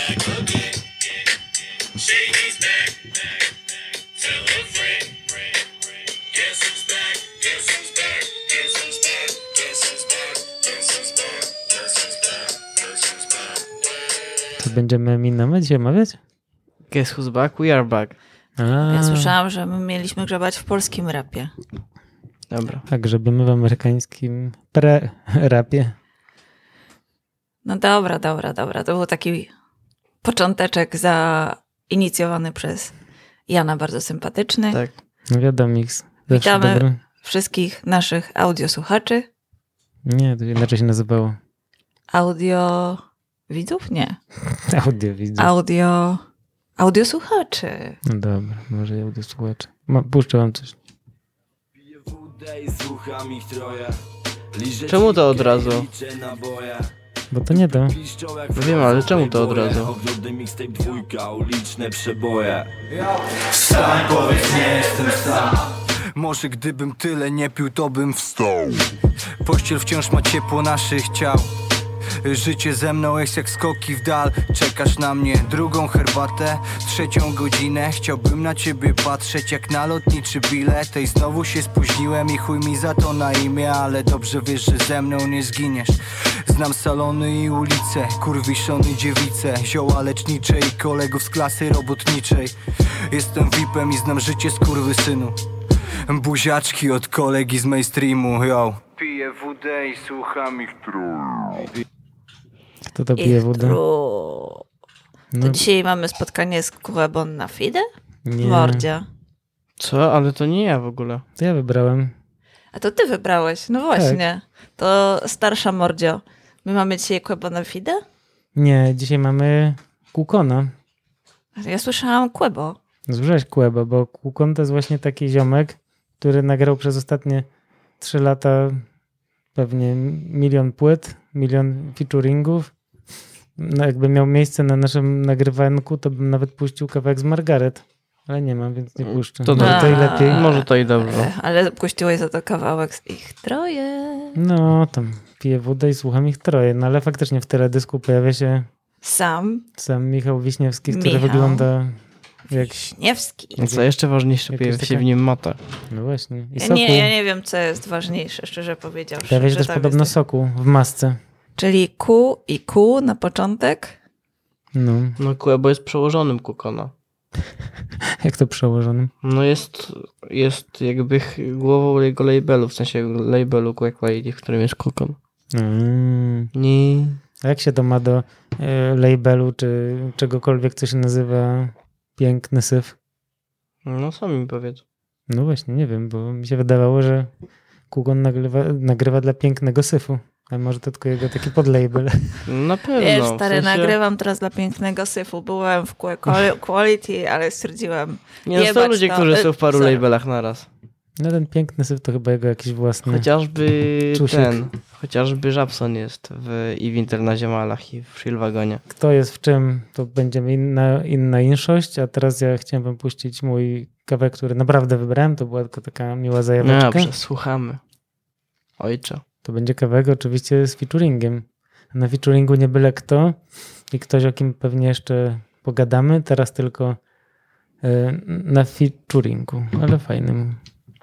To będziemy Eminema dzisiaj omawiać? Guess who's back? We are back. Ja słyszałam, że my mieliśmy grzebać w polskim rapie. Dobra. A grzebiemy w amerykańskim rapie. No dobra. To był taki począteczek zainicjowany przez Jana, bardzo sympatyczny. Tak. No wiadomo, zawsze Witamy dobry. wszystkich naszych audiosłuchaczy. Nie, to inaczej się nazywało. Audio widzów? Nie. Audio widzę. Audiosłuchaczy. No dobra, może ja audio słuchacze. Puszczę wam coś. Czemu to od razu? Bo to nie to. Wiem, ale czemu to od razu? Wstań, powiedz, nie jestem sam. Może gdybym tyle nie pił, to bym wstał. Pościel wciąż ma ciepło naszych ciał. Życie ze mną jest jak skoki w dal. Czekasz na mnie, drugą herbatę, trzecią godzinę. Chciałbym na ciebie patrzeć jak na lotniczy bilet. I znowu się spóźniłem i chuj mi za to na imię. Ale dobrze wiesz, że ze mną nie zginiesz. Znam salony i ulice, kurwiszony dziewice, zioła lecznicze i kolegów z klasy robotniczej. Jestem VIP-em i znam życie skurwysynu. Buziaczki od kolegi z mainstreamu, yo. Piję wódę i słucham ich Kto to pije wódę? To No, dzisiaj mamy spotkanie z Kurebon na Fide? nie. Mordzia. Co? Ale to nie ja w ogóle. To ja wybrałem. A to ty wybrałeś, no właśnie. To starsza Mordzio. My mamy dzisiaj Kurebon na Fide? Nie, dzisiaj mamy Kukona. Ja słyszałam Quebo. Słyszałeś Kłeba, bo Kukon to jest właśnie taki ziomek, który nagrał przez ostatnie 3 lata pewnie 1 milion płyt, 1 milion featuringów. No jakby miał miejsce na naszym nagrywanku, to bym nawet puścił kawałek z Margaret. Ale nie mam, więc nie puszczę. To Może to i lepiej. Może to i dobrze. Ale puściłeś za to kawałek z ich troje. No, tam piję wódę i słucham ich troje. No ale faktycznie w teledysku pojawia się Sam sam Michał Wiśniewski, który Michał. wygląda jak... Wiśniewski. Co jeszcze ważniejsze, Jakaś pojawia się taka- w nim mata. No właśnie. I Ja Sokół. nie wiem, co jest ważniejsze, szczerze powiedziawszy. Pojawia się że też tam podobno jest... Sokół w masce. Czyli Q i Q na początek. No, No Kuebo jest przełożonym Kukona. jak to przełożonym? No jest jakby głową jego labelu, w sensie labelu Quake Quality, w którym jest Kukon. Nie. A jak się to ma do labelu, czy czegokolwiek, co się nazywa piękny syf? No sami mi powiedz. No właśnie, nie wiem, bo mi się wydawało, że Kugon nagrywa dla pięknego syfu. A może to tylko jego taki podlabel. Na pewno. Wiesz, w stary, sensie... nagrywam teraz dla pięknego syfu. Byłem w Quality, ale stwierdziłem... Nie, no są jebać ludzie, to. którzy są w paru Sorry. labelach naraz. No ten piękny syf to chyba jego jakiś własny. Chociażby Czusiek. chociażby Żabson jest i w Internazionalach, i w Shillwagonie. Kto jest w czym, to będziemy inna inszość, a teraz ja chciałem wam puścić mój kawałek, który naprawdę wybrałem. To była tylko taka miła No zajaweczka. dobrze, słuchamy. Ojcze. To będzie kawałek oczywiście z featuringiem. Na featuringu nie byle kto i ktoś, o kim pewnie jeszcze pogadamy. Teraz tylko na featuringu, ale fajnym.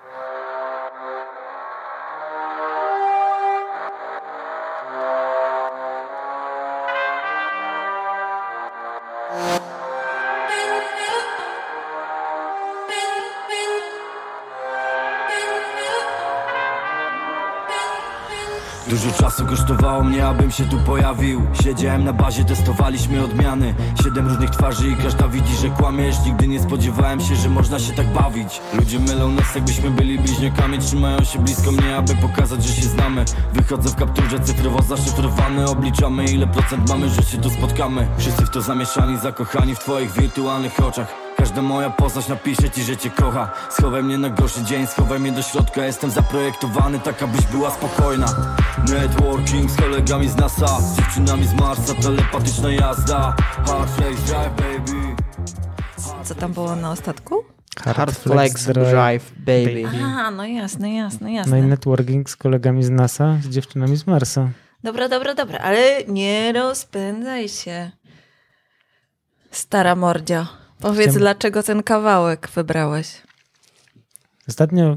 Dużo czasu kosztowało mnie, abym się tu pojawił. Siedziałem na bazie, testowaliśmy odmiany. 7 różnych twarzy i każda widzi, że kłamiesz. Nigdy nie spodziewałem się, że można się tak bawić. Ludzie mylą nas, jakbyśmy byli bliźniakami. Trzymają się blisko mnie, aby pokazać, że się znamy. Wychodzę w kapturze cyfrowo zaszyfrowany. Obliczamy, ile procent mamy, że się tu spotkamy. Wszyscy w to zamieszani, zakochani w twoich wirtualnych oczach. Każda moja postać napisze ci, że cię kocha. Schowaj mnie na gorszy dzień, schowaj mnie do środka. Jestem zaprojektowany, tak abyś była spokojna. Networking z kolegami z NASA, z dziewczynami z Marsa, telepatyczna jazda. Hard Flex Drive, baby. Co tam było na ostatku? Hard Flex Drive, baby. A, no jasne. No i networking z kolegami z NASA, z dziewczynami z Marsa. Dobra, ale nie rozpędzaj się. Stara mordzia. Powiedz, dlaczego ten kawałek wybrałeś? Ostatnio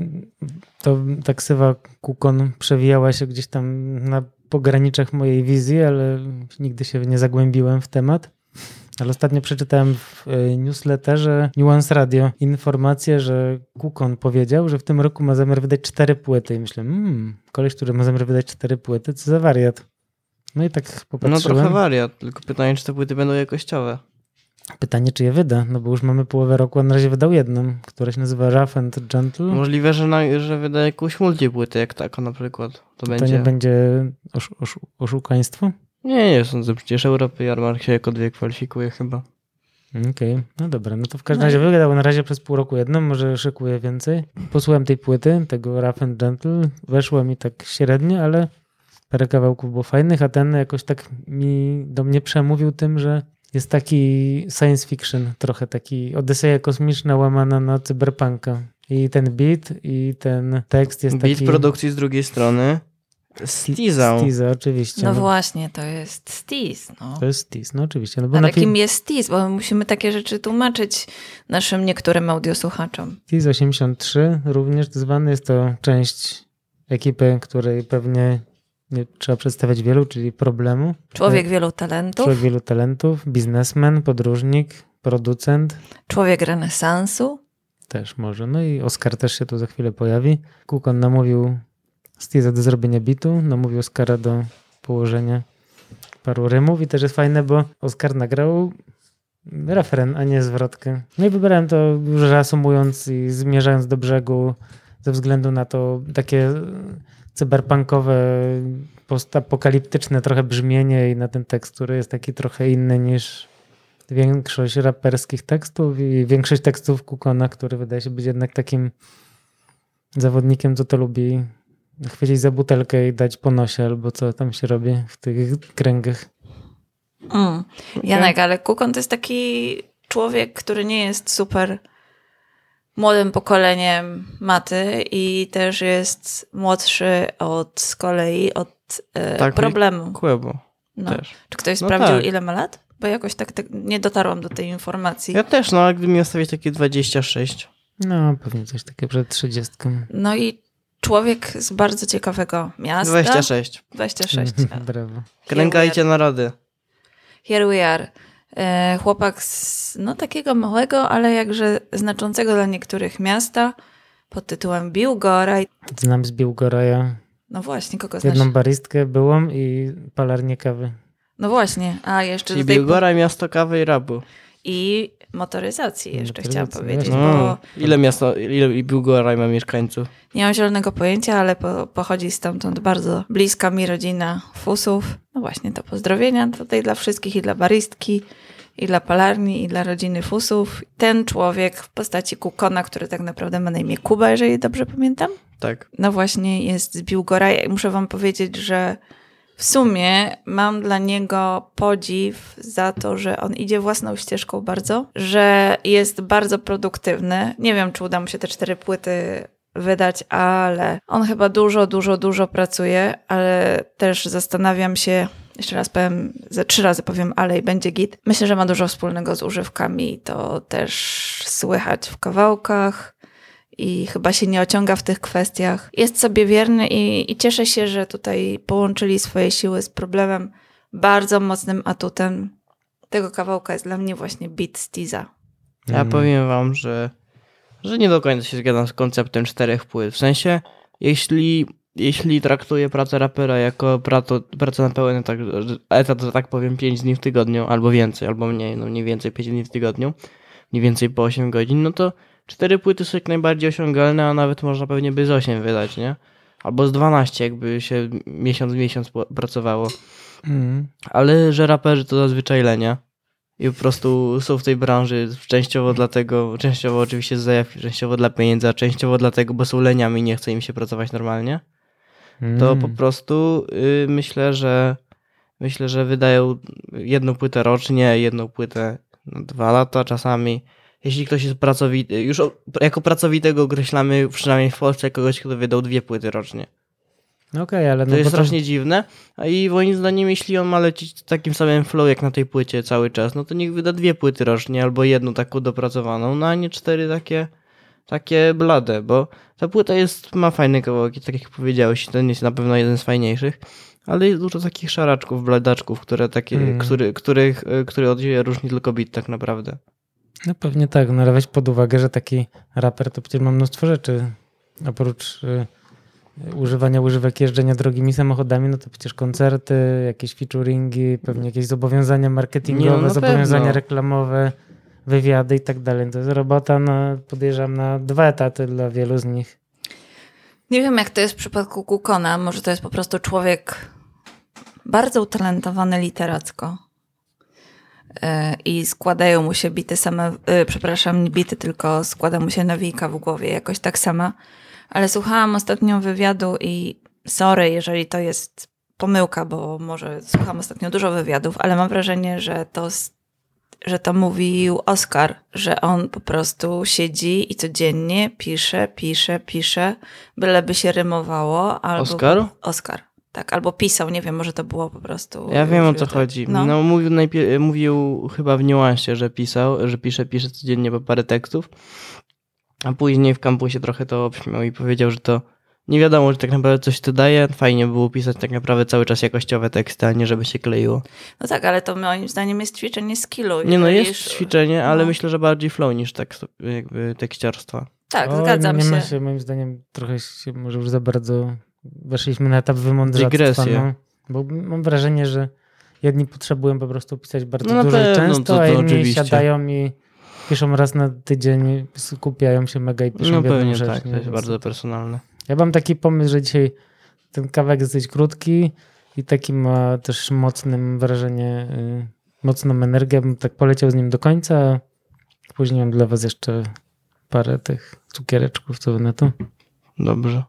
to ta ksywa Kukon przewijała się gdzieś tam na pograniczach mojej wizji, ale nigdy się nie zagłębiłem w temat. Ale ostatnio przeczytałem w newsletterze Nuance Radio informację, że Kukon powiedział, że w tym roku ma zamiar wydać 4 płyty. I myślę, koleś, który ma zamiar wydać 4 płyty, co za wariat. No i tak popatrzyłem. No trochę wariat, tylko pytanie, czy te płyty będą jakościowe. Pytanie, czy je wyda, no bo już mamy połowę roku, a na razie wydał jedną, która się nazywa Rough and Gentle. Możliwe, że wyda jakąś multipłytę, jak taką na przykład. To nie będzie oszukaństwo? Nie, sądzę, przecież Europy Jarmark się jako 2 kwalifikuje chyba. Okej, no dobra, no to w każdym razie wydał na razie przez pół roku jedną, może szykuje więcej. Posłuchałem tej płyty, tego Rough and Gentle, weszło mi tak średnio, ale parę kawałków było fajnych, a ten jakoś tak do mnie przemówił tym, że jest taki science fiction, trochę taki Odyseja kosmiczna łamana na cyberpunka. I ten beat, i ten tekst jest taki... Beat produkcji z drugiej strony. Stiza, oczywiście. No właśnie, to jest Stiz. No. To jest Stiz, no oczywiście. No bo ale kim jest Stiz? Bo musimy takie rzeczy tłumaczyć naszym niektórym audiosłuchaczom. Stiz 83 również zwany, jest to część ekipy, której pewnie nie trzeba przedstawiać wielu, czyli Problemu. Człowiek wielu talentów. Człowiek wielu talentów, biznesmen, podróżnik, producent. Człowiek renesansu. Też może. No i Oskar też się tu za chwilę pojawi. Kukon namówił Stiza do zrobienia bitu, namówił Oskara do położenia paru rymów i też jest fajne, bo Oskar nagrał refren, a nie zwrotkę. No i wybrałem to już reasumując i zmierzając do brzegu ze względu na to takie cyberpunkowe, postapokaliptyczne trochę brzmienie i na ten tekst, który jest taki trochę inny niż większość raperskich tekstów i większość tekstów Kukona, który wydaje się być jednak takim zawodnikiem, co to lubi chwycić za butelkę i dać po nosie, albo co tam się robi w tych kręgach. Janek, ale Kukon to jest taki człowiek, który nie jest super młodym pokoleniem maty i też jest młodszy z kolei od Problemu. Kłębo no. też. Czy ktoś sprawdził, ile ma lat? Bo jakoś tak nie dotarłam do tej informacji. Ja też, no ale gdyby miał stawiać takie 26. No, pewnie coś takiego przed 30. No i człowiek z bardzo ciekawego miasta. 26. 26. Brawo. Krękajcie narody. Here we are. Chłopak z takiego małego, ale jakże znaczącego dla niektórych miasta pod tytułem Biłgoraj. Znam z Biłgoraja. No właśnie, kogo znasz? Jedną baristkę byłą i palarnię kawy. No właśnie, a jeszcze Czyli Biłgoraj, miasto kawy i rabu. I motoryzacji jeszcze chciałam powiedzieć. Bo ile Biłgoraj ma mieszkańców? Nie mam zielonego pojęcia, ale pochodzi stamtąd bardzo bliska mi rodzina Fusów. No właśnie, to pozdrowienia tutaj dla wszystkich i dla baristki, i dla palarni, i dla rodziny Fusów. Ten człowiek w postaci Kukona, który tak naprawdę ma na imię Kuba, jeżeli dobrze pamiętam. Tak. No właśnie jest z Biłgoraja i muszę wam powiedzieć, że w sumie mam dla niego podziw za to, że on idzie własną ścieżką bardzo, że jest bardzo produktywny. Nie wiem, czy uda mu się te 4 płyty wydać, ale on chyba dużo pracuje, ale też zastanawiam się, jeszcze raz powiem, 3 razy powiem, ale i będzie git. Myślę, że ma dużo wspólnego z używkami, to też słychać w kawałkach i chyba się nie ociąga w tych kwestiach. Jest sobie wierny i cieszę się, że tutaj połączyli swoje siły z Problemem. Bardzo mocnym atutem tego kawałka jest dla mnie właśnie beat Stiza. Ja powiem wam, że nie do końca się zgadzam z konceptem 4 płyt. W sensie, jeśli traktuję pracę rapera jako pracę na pełen etat, że tak powiem, 5 dni w tygodniu, albo więcej, albo mniej, no mniej więcej 5 dni w tygodniu, mniej więcej po 8 godzin, no to 4 płyty są jak najbardziej osiągalne, a nawet można pewnie by z 8 wydać, nie? Albo z 12, jakby się miesiąc pracowało. Ale że raperzy to zazwyczaj lenia i po prostu są w tej branży częściowo dlatego, częściowo oczywiście z zajawki, częściowo dla pieniędzy, a częściowo dlatego, bo są leniami i nie chce im się pracować normalnie, to po prostu myślę, że wydają 1 płytę rocznie, 1 płytę na 2 lata czasami. Jeśli ktoś jest pracowity, już jako pracowitego określamy przynajmniej w Polsce kogoś, kto wydał 2 płyty rocznie. No okej, ale To no jest bo strasznie dziwne. A i moim zdaniem, jeśli on ma lecieć w takim samym flow jak na tej płycie cały czas, no to niech wyda 2 płyty rocznie albo jedną taką dopracowaną, no a nie 4 takie blade, bo ta płyta ma fajne kawałki, tak jak powiedziałeś, ten jest na pewno jeden z fajniejszych, ale jest dużo takich szaraczków, bladaczków, które od siebie różni tylko beat tak naprawdę. No pewnie tak, no ale weź pod uwagę, że taki raper to przecież ma mnóstwo rzeczy. Oprócz używania używek, jeżdżenia drogimi samochodami, no to przecież koncerty, jakieś featuringi, pewnie jakieś zobowiązania marketingowe, Nie, no zobowiązania pewno. reklamowe, wywiady i tak dalej. To jest robota, podejrzewam, na 2 etaty dla wielu z nich. Nie wiem, jak to jest w przypadku Kukona. Może to jest po prostu człowiek bardzo utalentowany literacko. I składają mu się bity same, nie bity, tylko składa mu się nawijka w głowie jakoś tak sama. Ale słuchałam ostatnio wywiadu i sorry, jeżeli to jest pomyłka, bo może słucham ostatnio dużo wywiadów, ale mam wrażenie, że to mówił Oskar, że on po prostu siedzi i codziennie pisze, byleby się rymowało. Albo Oskar? Oskar, tak, albo pisał, nie wiem, może to było po prostu... Ja wiem, o co chodzi. No mówił chyba w niuansie, że pisze codziennie po parę tekstów, a później w kampusie trochę to obśmiał i powiedział, że to nie wiadomo, że tak naprawdę coś to daje. Fajnie było pisać tak naprawdę cały czas jakościowe teksty, a nie żeby się kleiło. No tak, ale to moim zdaniem jest ćwiczenie skillu. Nie no, Jeżeli jest ćwiczenie, ale myślę, że bardziej flow niż jakby tekściarstwa. Tak, zgadzam nie się. ma się. Moim zdaniem trochę się może już za bardzo weszliśmy na etap wymądrzactwa. Dygresję. No, bo mam wrażenie, że jedni potrzebują po prostu pisać bardzo No na dużo i pewno, często, to a inni oczywiście. siadają i piszą raz na tydzień, skupiają się mega i piszą No w jedną pewnie rzecz. tak, to nie? jest Więc bardzo personalne. ja mam taki pomysł, że dzisiaj ten kawałek jest dość krótki i taki ma też mocnym wrażenie, mocną energię. Bym tak poleciał z nim do końca, a później mam dla was jeszcze parę tych cukiereczków, co wy na to? Dobrze.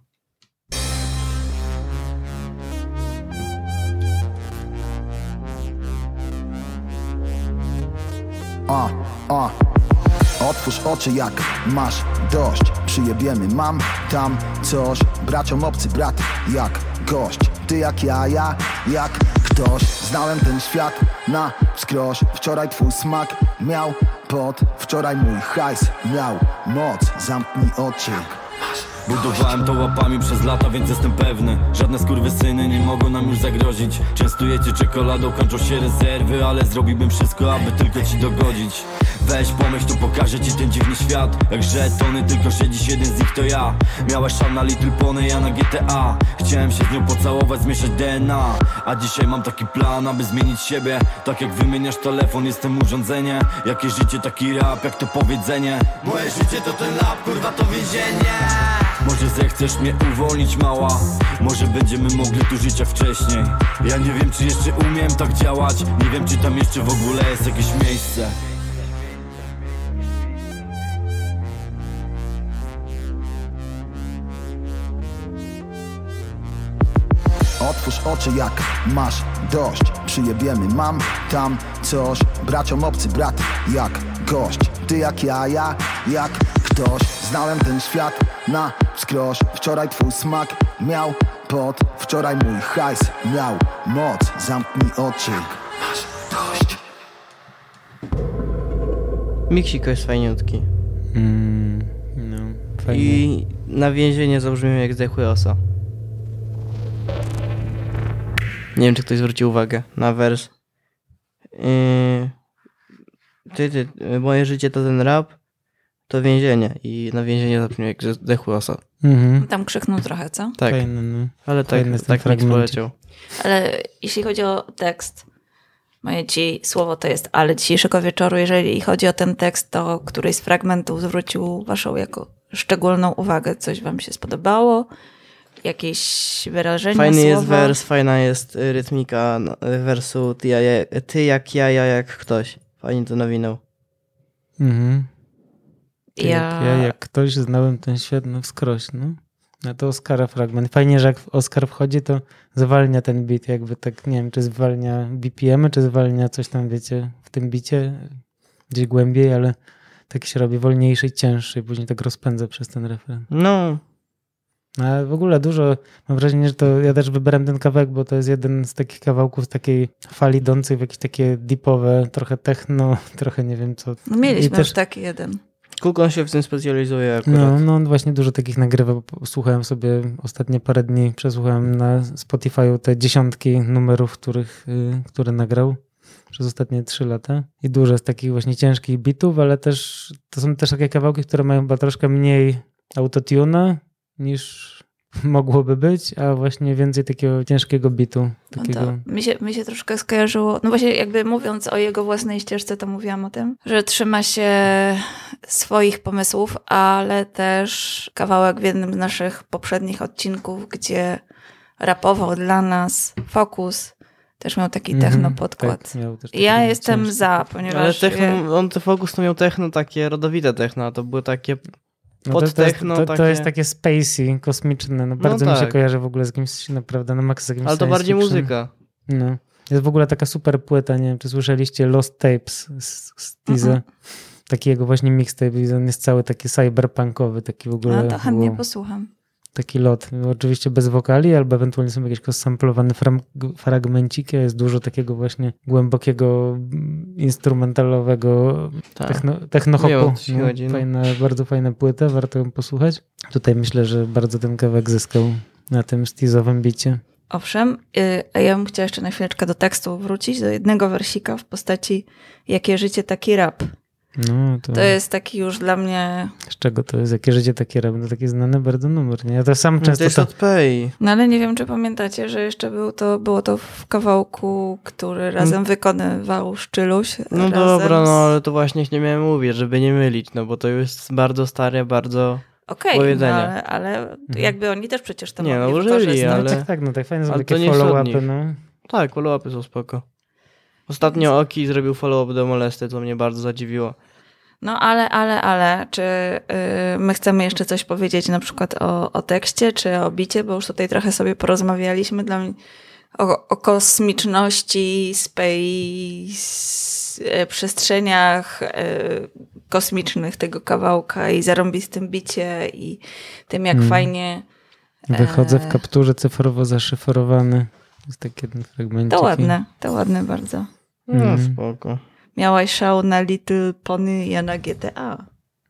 Otwórz oczy jak masz dość. Przyjebiemy, mam tam coś. Braciom obcy brat jak gość. Ty jak ja jak ktoś. Znałem ten świat na wskroś. Wczoraj twój smak miał pot. Wczoraj mój hajs miał moc. Zamknij oczy. Budowałem to łapami przez lata, więc jestem pewny. Żadne skurwysyny nie mogą nam już zagrozić. Częstujecie czekoladą, kończą się rezerwy, ale zrobiłbym wszystko, aby tylko ci dogodzić. Weź pomyśl, tu pokażę ci ten dziwny świat. Jak żetony, tylko siedzisz, jeden z nich to ja. Miałaś szał na Little Pony, ja na GTA. Chciałem się z nią pocałować, zmieszać DNA. A dzisiaj mam taki plan, aby zmienić siebie. Tak jak wymieniasz telefon, jestem urządzenie. Jakie życie, taki rap, jak to powiedzenie. Moje życie to ten lab, kurwa to więzienie. Może zechcesz mnie uwolnić, mała. Może będziemy mogli tu żyć jak wcześniej. Ja nie wiem, czy jeszcze umiem tak działać. Nie wiem, czy tam jeszcze w ogóle jest jakieś miejsce. Otwórz oczy jak masz dość. Przyjebiemy, mam tam coś. Braciom obcy brat jak gość. Ty jak ja jak ktoś. Znałem ten świat na wskroś. Wczoraj twój smak miał pot. Wczoraj mój hajs miał moc. Zamknij oczy. Masz dość. Miksiko jest fajniutki. No, fajnie. I na więzienie zabrzmiał jak zdechły osa. Nie wiem, czy ktoś zwrócił uwagę na wers. Moje życie to ten rap, to więzienie. I na więzienie zabrzmiał jak zdechły osa. Mhm. Tam krzyknął trochę, co? Tak, Fajne, no. ale tak, Fajny jest ten tak nikt fragmencik. poleciał. Ale jeśli chodzi o tekst, moje słowo to jest ale dzisiejszego wieczoru. Jeżeli chodzi o ten tekst, to któryś z fragmentów zwrócił waszą jako szczególną uwagę. Coś wam się spodobało? Jakieś wyrażenia, Fajny słowa? jest wers, fajna jest rytmika wersu ty jak ja jak ktoś. Fajnie to nawinął. Mhm. Ty Ja- jak ktoś znałem ten świat na wskroś, no. Na to Oskara fragment. Fajnie, że jak Oskar wchodzi, to zwalnia ten beat, jakby tak, nie wiem, czy zwalnia BPM-y, czy zwalnia coś tam, wiecie, w tym bicie gdzieś głębiej, ale taki się robi wolniejszy i cięższy i później tak rozpędza przez ten refren. No, A w ogóle dużo, mam wrażenie, że to ja też wybrałem ten kawałek, bo to jest jeden z takich kawałków z takiej fali idącej w jakieś takie deepowe, trochę techno, trochę nie wiem co. No mieliśmy I też, już taki jeden. Kukon się w tym specjalizuje akurat. no on właśnie dużo takich nagrywa, bo słuchałem sobie ostatnie parę dni, przesłuchałem na Spotify'u te dziesiątki numerów, które nagrał przez ostatnie 3 lata i dużo z takich właśnie ciężkich bitów, ale też to są też takie kawałki, które mają chyba troszkę mniej autotuna niż mogłoby być, a właśnie więcej takiego ciężkiego bitu. Takiego... No to mi się troszkę skojarzyło, no właśnie jakby mówiąc o jego własnej ścieżce, to mówiłam o tym, że trzyma się swoich pomysłów, ale też kawałek w jednym z naszych poprzednich odcinków, gdzie rapował dla nas Focus, też miał taki techno podkład. Tak, miał też Ja taki jestem ciężki. za, ponieważ... Ale techno, on te Focus to miał techno takie rodowite techno, a to były takie No pod to jest, techno. to takie... jest takie spacey, kosmiczne. No bardzo mi się tak. kojarzy w ogóle z jakimś, naprawdę, no max z jakimś Ale to science bardziej fiction. muzyka. No. Jest w ogóle taka super płyta, nie wiem, czy słyszeliście Lost Tapes z Tiza. Taki jego właśnie mixtape i on jest cały taki cyberpunkowy, taki w ogóle. No to chętnie wow, posłucham. taki lot. Oczywiście bez wokali, albo ewentualnie są jakieś samplowane fragmenciki. Jest dużo takiego właśnie głębokiego, instrumentalowego Tak. techno Wiem, o hopu. co ci chodzi, no. Bardzo fajna płyta, warto ją posłuchać. Tutaj myślę, że bardzo ten kawałek zyskał na tym stizowym bicie. Owszem, a ja bym chciała jeszcze na chwileczkę do tekstu wrócić, do jednego wersika w postaci Jakie życie, taki rap. No, To jest taki już dla mnie... Z czego to jest? Jakie życie, takie rap? No taki znany bardzo numer, nie? Ja to sam często... To jest od Pei. No ale nie wiem, czy pamiętacie, że jeszcze było to w kawałku, który razem wykonywał Szczyluś. No razem dobra, no ale to właśnie nie miałem mówić, żeby nie mylić, no bo to jest bardzo stare, bardzo... Okej, powiedzenia. no, ale jakby oni też przecież to Nie, mogli no, użyli, wykorzystać. ale- Tak, fajne są Ale takie to nie jest od follow-upy, nich. no. Tak, follow-upy są spoko. Ostatnio Oki zrobił follow-up do Molesty, co mnie bardzo zadziwiło. No ale, czy my chcemy jeszcze coś powiedzieć na przykład o tekście, czy o bicie, bo już tutaj trochę sobie porozmawialiśmy dla mnie o kosmiczności, space, przestrzeniach kosmicznych tego kawałka i zarąbistym bicie i tym jak fajnie... Wychodzę w kapturze cyfrowo zaszyfrowany. Jest taki jeden fragmencik. To ładne bardzo. No spoko. Miałaś szał na Little Pony, ja na GTA.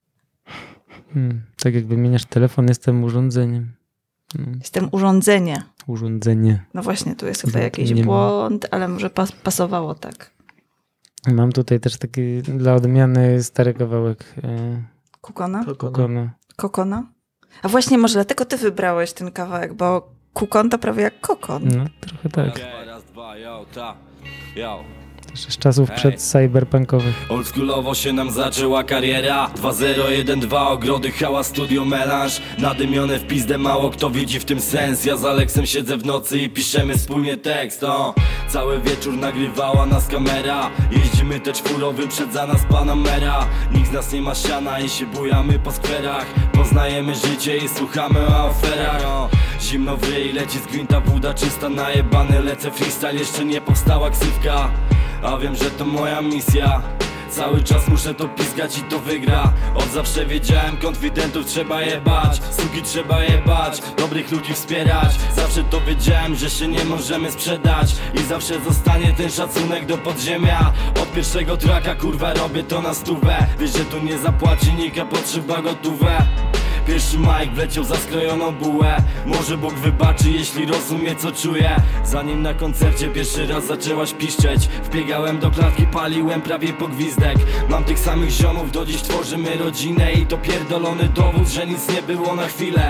Tak jak wymieniasz telefon, jestem urządzeniem. Jestem urządzenie. Urządzenie. No właśnie, tu jest chyba Tak, jakiś nie ma. błąd, ale może pasowało tak. Mam tutaj też taki dla odmiany stary kawałek Kukona? Kokona. A właśnie może dlatego ty wybrałeś ten kawałek, bo kukon to prawie jak kokon. No, trochę tak. Raz, dwa, yo, ta, yo. Też z czasów przed cyberpunkowych. Oldschoolowo się nam zaczęła kariera 2012, ogrody, hałas, studio, melanż nadymione w pizdę, mało kto widzi w tym sens. Ja z Aleksem siedzę w nocy i piszemy wspólnie tekst, cały wieczór nagrywała nas kamera. Jeździmy te czwórowym, przedza nas Panamera. Nikt z nas nie ma siana i się bujamy po skwerach. Poznajemy życie i słuchamy o aferach. Zimno w ryj, leci z gwinta woda czysta, najebany lecę freestyle, jeszcze nie powstała ksywka. A wiem, że to moja misja. Cały czas muszę to pizgać i to wygra. Od zawsze wiedziałem, konfidentów trzeba jebać, suki trzeba jebać, dobrych ludzi wspierać. Zawsze to wiedziałem, że się nie możemy sprzedać i zawsze zostanie ten szacunek do podziemia. Od pierwszego traka kurwa robię to na 100. Wiesz, że tu nie zapłaci nikt, a potrzeba gotówę. Pierwszy Mike wleciał za skrojoną bułę. Może Bóg wybaczy, jeśli rozumie co czuję. Zanim na koncercie pierwszy raz zaczęłaś piszczeć, wbiegałem do klatki, paliłem prawie po gwizdek. Mam tych samych ziomów, do dziś tworzymy rodzinę i to pierdolony dowód, że nic nie było na chwilę.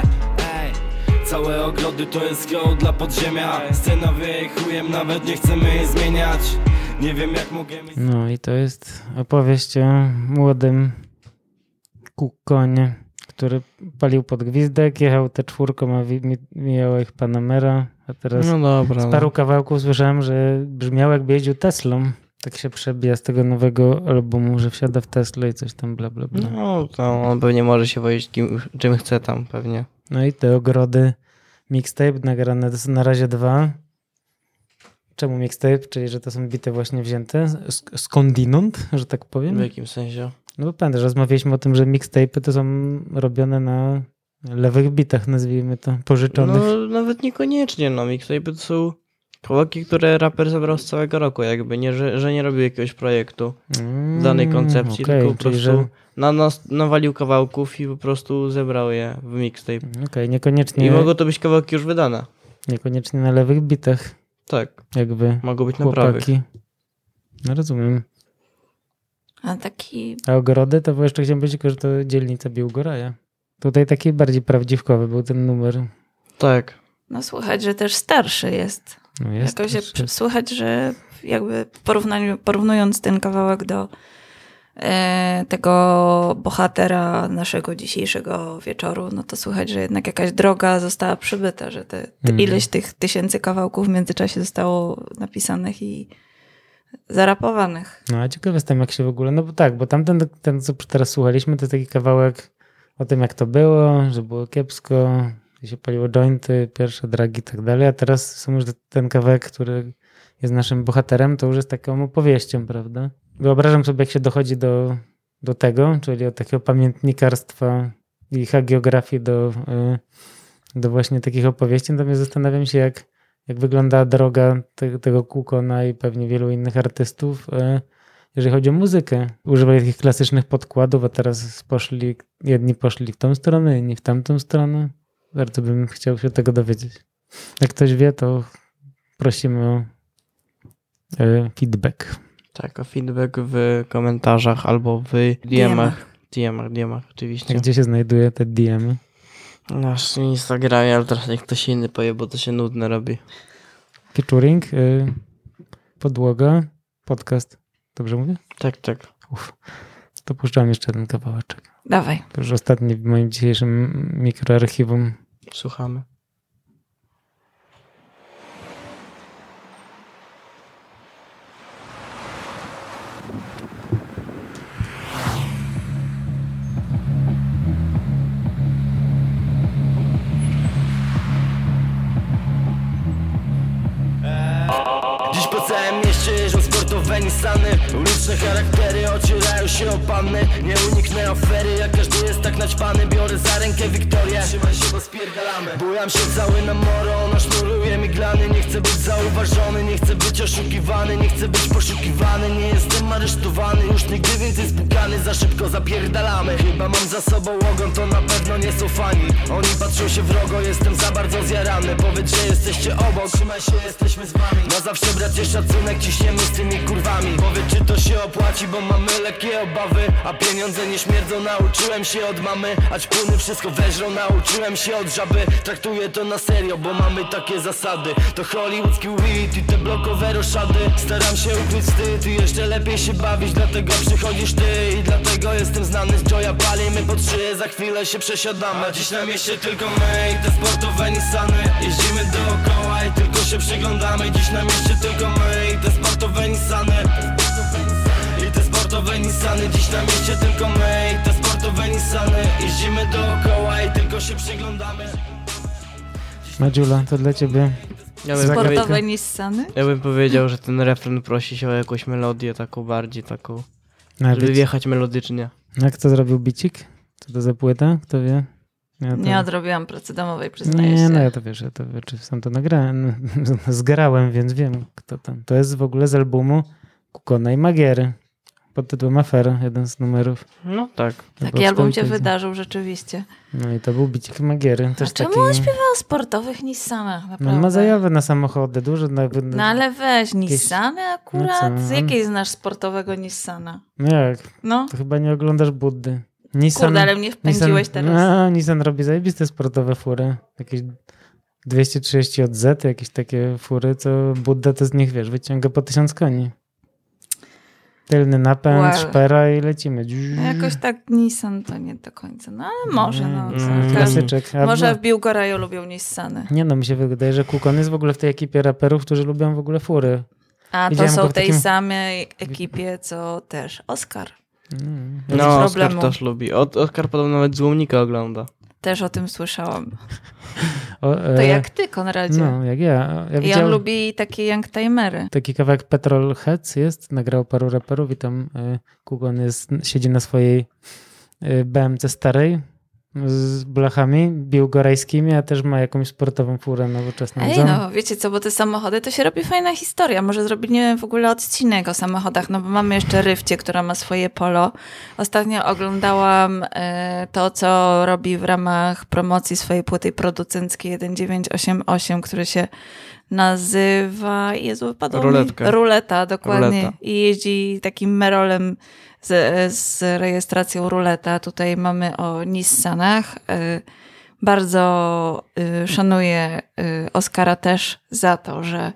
Całe ogrody to jest hołd dla podziemia. Scena wieje chujem, nawet nie chcemy jej zmieniać. Nie wiem jak mogę mieć... No i to jest opowieść o młodym kukonie, który palił pod gwizdek, jechał te czwórką, a mijała ich Panamera, a teraz No dobra. z paru kawałków słyszałem, że brzmiał jakby jeździł Teslą. Tak się przebija z tego nowego albumu, że wsiada w Teslę i coś tam bla bla bla. No to on pewnie może się wozić czym chce tam pewnie. No i te ogrody, mixtape nagrane to są na razie 2. Czemu mixtape? Czyli, że to są bity właśnie wzięte skądinąd, że tak powiem. W jakim sensie? No bo pamiętasz, rozmawialiśmy o tym, że mixtape'y to są robione na lewych bitach, nazwijmy to, pożyczonych. No nawet niekoniecznie, no mixtape to są kawałki, które raper zebrał z całego roku, jakby nie, że nie robił jakiegoś projektu w danej koncepcji, okej, tylko po czyli prostu nawalił kawałków i po prostu zebrał je w mixtape. Okej, niekoniecznie, I mogą to być kawałki już wydane. niekoniecznie na lewych bitach, Tak, jakby mogą być na prawych. chłopaki. No rozumiem. A taki... A Ogrody to jeszcze chciałem powiedzieć, że to dzielnica Białgoraja. Tutaj taki bardziej prawdziwkowy był ten numer. Tak. No słychać, że też starszy jest. No jest Jakoś też- słychać, że jakby porównując ten kawałek do tego bohatera naszego dzisiejszego wieczoru, no to słychać, że jednak jakaś droga została przybyta, że ileś tych tysięcy kawałków w międzyczasie zostało napisanych i zarapowanych. No a ciekawe jestem, jak się w ogóle... No bo tak, bo tamten, ten co teraz słuchaliśmy, to jest taki kawałek o tym, jak to było, że było kiepsko, że się paliło jointy, pierwsze dragi i tak dalej, a teraz są już ten kawałek, który jest naszym bohaterem, to już jest taką opowieścią, prawda? Wyobrażam sobie, jak się dochodzi do tego, czyli od takiego pamiętnikarstwa i hagiografii do właśnie takich opowieści, natomiast zastanawiam się, jak wygląda droga tego Kukona i pewnie wielu innych artystów, jeżeli chodzi o muzykę. Używali takich klasycznych podkładów, a teraz jedni poszli w tą stronę, inni w tamtą stronę. Bardzo bym chciał się tego dowiedzieć. Jak ktoś wie, to prosimy o feedback. Tak, a feedback w komentarzach albo w DM-ach oczywiście. A gdzie się znajduje te DM-y? Nasz Instagramie, ale teraz niech ktoś inny powie, bo to się nudne robi. Featuring, podłoga, podcast. Dobrze mówię? Tak, tak. To puszczam jeszcze ten kawałeczek. Dawaj. To już ostatni w moim dzisiejszym mikroarchiwum. Słuchamy. Dziś po całym mieście jeżdżą sportowe Nissany. Uliczne charaktery ocierają się o panny. Nie uniknę afery, jak każdy jest tak naćpany. Biorę za rękę Wiktorię, trzymaj się, bo spierdalamy. Bujam się cały na moro, ona sznuruje mi glany. Nie chcę być zauważony, nie chcę być oszukiwany. Nie chcę być poszukiwany, nie jestem aresztowany. Już nigdy więcej spukany, za szybko zapierdalamy. Chyba mam za sobą ogon, to na pewno nie są fani. Oni patrzą się wrogo, jestem za bardzo zjarany. Powiedz, że jesteście obok, trzymaj się, jesteśmy z wami. Na zawsze bracie szacunek, ciśniemy z tymi kurwami. Powiedz, czy to się opłaci, bo mamy lekkie obawy. A pieniądze nie śmierdzą, nauczyłem się od mamy. A ćpuny wszystko weżrą, nauczyłem się od żaby. Traktuję to na serio, bo mamy takie zasady. To hollywoodzki weed i te blokowe roszady. Staram się ukryć wstyd i jeszcze lepiej się bawić. Dlatego przychodzisz ty i dlatego jestem znany z Joya. Palimy pod szyję, za chwilę się przesiadamy. A dziś na mieście tylko my i te sportowe Nissany. Jeździmy dookoła i tylko się przyglądamy. Dziś na mieście tylko my i te sportowe Nissany. I te sportowe Nissany. Dziś na mieście tylko my i te sportowe Nissany. Jeździmy dookoła i tylko się przyglądamy. Madziula, to dla ciebie. Sportowe Nissany? Ja bym powiedział, że ten refren prosi się o jakąś melodię taką bardziej taką, A, żeby wjechać melodycznie. A kto zrobił bicik? Co to za płyta? Kto wie? Ja to... Nie odrobiłam pracy domowej, przyznaję Nie, się. no ja to wiesz, czy sam to nagrałem, zgrałem, więc wiem kto tam. To jest w ogóle z albumu Kukona i Magiery pod tytułem Afera, jeden z numerów. No tak. Taki album się wydarzył rzeczywiście. No i to był bicik Magiery. Też A czemu taki... on śpiewał o sportowych Nissanach? Naprawdę? No, on ma zajawę na samochody, dużo. No ale weź, Nissany akurat? No co? Jakiej znasz sportowego Nissana? No jak? No, To chyba nie oglądasz Buddy. Nissan, kurde, ale mnie wpędziłeś teraz. No, Nissan robi zajebiste sportowe fury. Jakieś 230 od Z, jakieś takie fury, co Budda to z nich, wiesz, wyciąga po 1000 koni. Tylny napęd, Wow. szpera i lecimy. No, jakoś tak Nissan to nie do końca. No ale może, no. Klasyczek. A Może no, w Biłgoraju lubią Nissany. nie no, mi się wydaje, że Kukon jest w ogóle w tej ekipie raperów, którzy lubią w ogóle fury. A to Widziałem są go w w tej takim- samej ekipie, co też Oscar. Bez No, Oskar problemu. też lubi. Oskar podobno nawet Złomnika ogląda. Też o tym słyszałam. O, To jak ty, Konradzie. No, jak ja. I on widziałem lubi takie youngtimery. taki kawałek Petrol Heads jest, nagrał paru raperów i tam Kukon siedzi na swojej BMC starej, z blachami biłgorajskimi, a też ma jakąś sportową furę nowoczesną. Ej, no wiecie co, bo te samochody, to się robi fajna historia. Może zrobimy w ogóle odcinek o samochodach, no bo mamy jeszcze Rywcie, która ma swoje Polo. Ostatnio oglądałam to, co robi w ramach promocji swojej płyty producenckiej 1988, który się nazywa... Jezu, wypadło mi. Ruleta, dokładnie. Ruleta. I jeździ takim Merolem z rejestracją Ruleta. Tutaj mamy o Nissanach. Bardzo szanuję Oskara też za to, że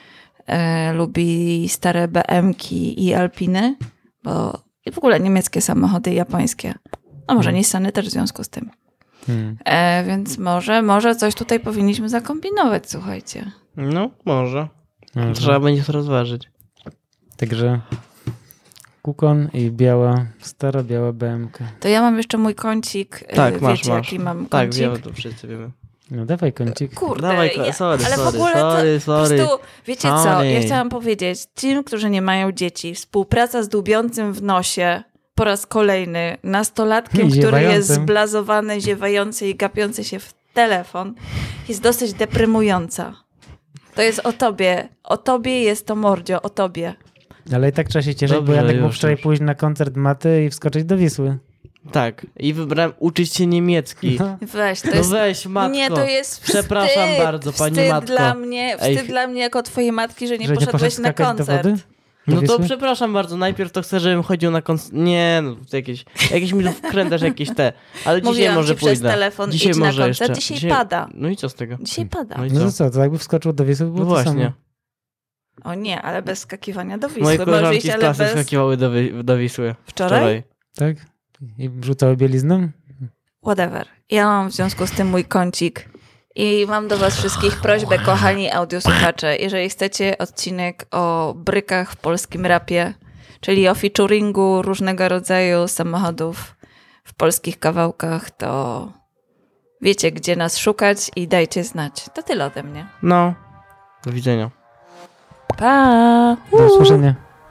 lubi stare BM-ki i Alpiny, bo i w ogóle niemieckie samochody, japońskie. A może Nissany też w związku z tym. Więc może coś tutaj powinniśmy zakombinować, słuchajcie. No, może. Trzeba będzie to rozważyć. Także Kukon i stara biała BM-ka. To ja mam jeszcze mój kącik. Tak, wiecie, masz. jaki mam kącik? Tak, wiemy, to wszyscy wiemy. No dawaj kącik. Kurde, Dawaj, ale w ogóle po prostu, wiecie co, ja chciałam powiedzieć, tym, którzy nie mają dzieci, współpraca z dłubiącym w nosie po raz kolejny, nastolatkiem, który jest zblazowany, ziewający i gapiący się w telefon, jest dosyć deprymująca. To jest o tobie jest to mordzio, o tobie. Ale i tak trzeba się cieszyć, bo Janek mógł wczoraj pójść na koncert Maty i wskoczyć do Wisły. Tak, i wybrałem uczyć się niemiecki. No. Weź, to no jest... weź, matko. Nie, to jest wstyd. Przepraszam bardzo, pani matko. Wstyd dla mnie jako twojej matki, że nie poszedłeś na koncert. No to przepraszam bardzo, najpierw to chcę, żebym chodził na koncert. Nie, no to jakieś mi tu wkrętasz jakieś te. Ale dzisiaj mówiłam może ci pójdę. Przez telefon dzisiaj idź może na koncert, jeszcze. dzisiaj pada. No i co z tego? Dzisiaj pada. No i No to co, to jakby wskoczył do Wisły, było no to właśnie. samo. O nie, ale bez skakiwania do Wisły. Moje koleżanki iść, z klasy skakiwały do Wisły. Wczoraj? Tak? I wrzucały bielizną? Whatever. Ja mam w związku z tym mój kącik i mam do was wszystkich prośbę, kochani audiosłuchacze, jeżeli chcecie odcinek o brykach w polskim rapie, czyli o featuringu różnego rodzaju samochodów w polskich kawałkach, to wiecie, gdzie nas szukać i dajcie znać. To tyle ode mnie. No, do widzenia. Pa! Do usłyszenia.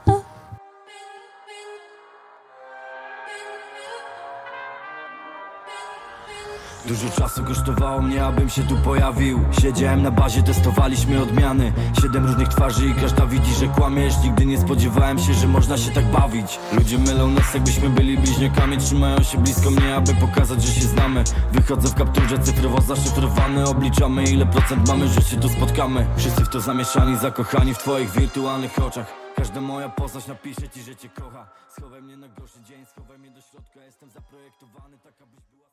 Dużo czasu kosztowało mnie, abym się tu pojawił. Siedziałem na bazie, testowaliśmy odmiany. 7 różnych twarzy i każda widzi, że kłamiesz. Nigdy nie spodziewałem się, że można się tak bawić. Ludzie mylą nas, jakbyśmy byli bliźniakami. Trzymają się blisko mnie, aby pokazać, że się znamy. Wychodzę w kapturze cyfrowo zaszyfrowany. Obliczamy, ile procent mamy, że się tu spotkamy. Wszyscy w to zamieszani, zakochani w twoich wirtualnych oczach. Każda moja postać napisze ci, że cię kocha. Schowaj mnie na gorszy dzień, schowaj mnie do środka. Jestem zaprojektowany tak, abyś była...